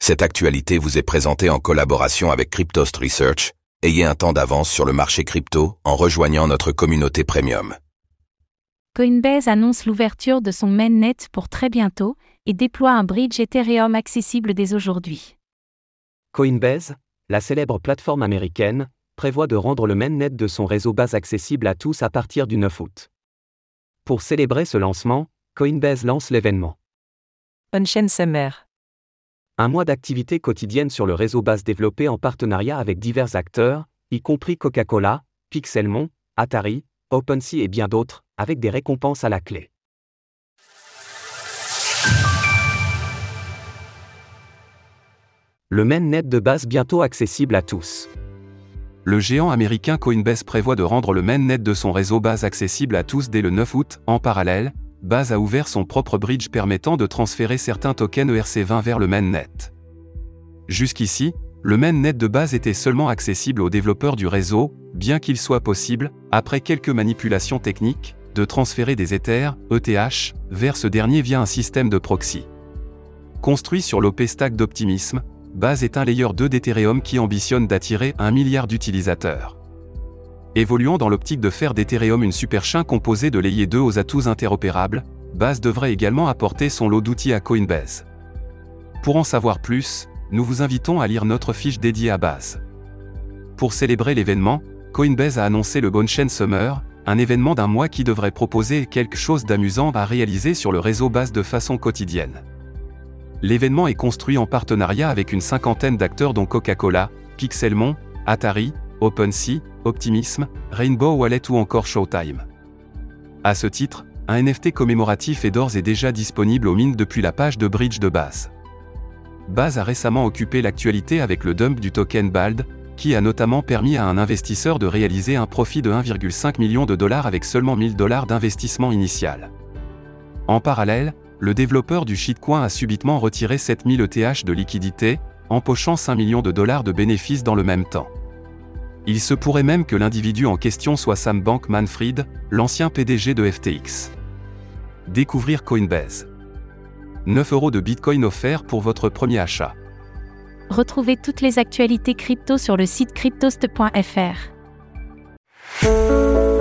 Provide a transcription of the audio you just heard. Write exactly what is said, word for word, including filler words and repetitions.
Cette actualité vous est présentée en collaboration avec Cryptost Research. Ayez un temps d'avance sur le marché crypto en rejoignant notre communauté premium. Coinbase annonce l'ouverture de son mainnet pour très bientôt et déploie un bridge Ethereum accessible dès aujourd'hui. Coinbase, la célèbre plateforme américaine, prévoit de rendre le mainnet de son réseau Base accessible à tous à partir du neuf août. Pour célébrer ce lancement, Coinbase lance l'événement On-chain Summer. Un mois d'activité quotidienne sur le réseau Base développé en partenariat avec divers acteurs, y compris Coca-Cola, Pixelmon, Atari, OpenSea et bien d'autres, avec des récompenses à la clé. Le mainnet de Base bientôt accessible à tous. Le géant américain Coinbase prévoit de rendre le mainnet de son réseau Base accessible à tous dès le neuf août. En parallèle, Base a ouvert son propre bridge permettant de transférer certains tokens E R C vingt vers le mainnet. Jusqu'ici, le mainnet de Base était seulement accessible aux développeurs du réseau, bien qu'il soit possible, après quelques manipulations techniques, de transférer des Ethers, E T H, vers ce dernier via un système de proxy. Construit sur l'O P stack d'Optimism, Base est un layer deux d'Ethereum qui ambitionne d'attirer un milliard d'utilisateurs. Évoluant dans l'optique de faire d'Ethereum une superchain composée de layer deux aux atouts interopérables, Base devrait également apporter son lot d'outils à Coinbase. Pour en savoir plus, nous vous invitons à lire notre fiche dédiée à Base. Pour célébrer l'événement, Coinbase a annoncé le On-chain Summer, un événement d'un mois qui devrait proposer quelque chose d'amusant à réaliser sur le réseau Base de façon quotidienne. L'événement est construit en partenariat avec une cinquantaine d'acteurs dont Coca-Cola, Pixelmon, Atari, OpenSea, Optimism, Rainbow Wallet ou encore Showtime. À ce titre, un N F T commémoratif est d'ores et déjà disponible aux mines depuis la page de bridge de Base. Base a récemment occupé l'actualité avec le dump du token B A L D, qui a notamment permis à un investisseur de réaliser un profit de un virgule cinq million de dollars avec seulement mille dollars d'investissement initial. En parallèle, le développeur du shitcoin a subitement retiré sept mille E T H de liquidité, empochant cinq millions de dollars de bénéfices dans le même temps. Il se pourrait même que l'individu en question soit Sam Bankman-Fried, l'ancien P D G de F T X. Découvrir Coinbase. neuf euros de Bitcoin offerts pour votre premier achat. Retrouvez toutes les actualités crypto sur le site cryptost point f r.